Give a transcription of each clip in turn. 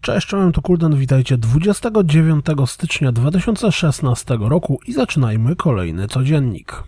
Cześć, czołem, to Kuldan, witajcie 29 stycznia 2016 roku i zaczynajmy kolejny codziennik.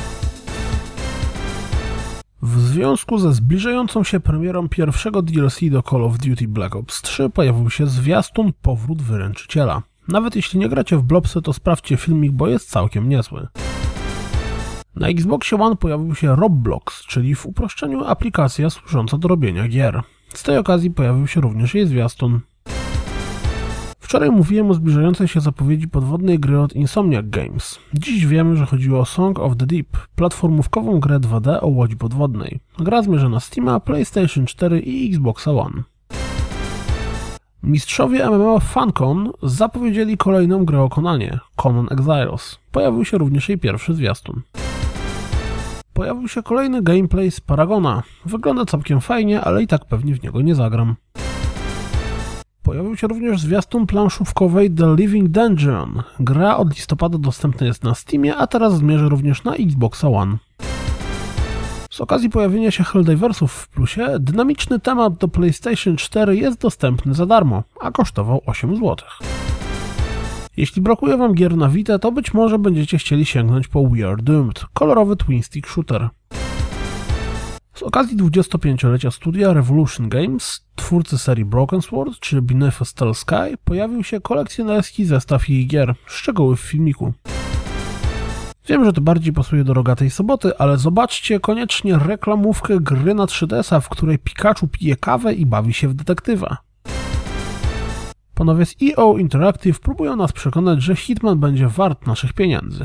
W związku ze zbliżającą się premierą pierwszego DLC do Call of Duty Black Ops 3 pojawił się zwiastun Powrót Wyręczyciela. Nawet jeśli nie gracie w Blobsy, to sprawdźcie filmik, bo jest całkiem niezły. Na Xboxie One pojawił się Roblox, czyli w uproszczeniu aplikacja służąca do robienia gier. Z tej okazji pojawił się również jej zwiastun. Wczoraj mówiłem o zbliżającej się zapowiedzi podwodnej gry od Insomniac Games. Dziś wiemy, że chodziło o Song of the Deep, platformówkową grę 2D o łodzi podwodnej. Gra zmierza na Steama, PlayStation 4 i Xbox One. Mistrzowie MMO Funcom zapowiedzieli kolejną grę o Conanie, Conan Exiles. Pojawił się również jej pierwszy zwiastun. Pojawił się kolejny gameplay z Paragona. Wygląda całkiem fajnie, ale i tak pewnie w niego nie zagram. Pojawił się również zwiastun planszówkowej The Living Dungeon. Gra od listopada dostępna jest na Steamie, a teraz zmierzy również na Xbox One. Z okazji pojawienia się Helldiversów w plusie, dynamiczny temat do PlayStation 4 jest dostępny za darmo, a kosztował 8 zł. Jeśli brakuje wam gier na Vita, to być może będziecie chcieli sięgnąć po We Are Doomed, kolorowy twin stick shooter. Z okazji 25-lecia studia Revolution Games, twórcy serii Broken Sword czy Beneath a Steel Sky, pojawił się kolekcjonerski zestaw ich gier, szczegóły w filmiku. Wiem, że to bardziej pasuje do Rogatej Soboty, ale zobaczcie koniecznie reklamówkę gry na 3DS-a, w której Pikachu pije kawę i bawi się w detektywa. Panowie z EO Interactive próbują nas przekonać, że Hitman będzie wart naszych pieniędzy.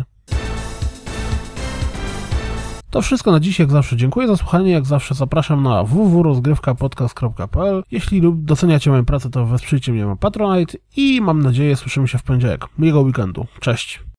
To wszystko na dziś, jak zawsze dziękuję za słuchanie, jak zawsze zapraszam na www.rozgrywkapodcast.pl. Jeśli doceniacie moją pracę, to wesprzyjcie mnie na Patronite i mam nadzieję słyszymy się w poniedziałek. Miłego weekendu. Cześć!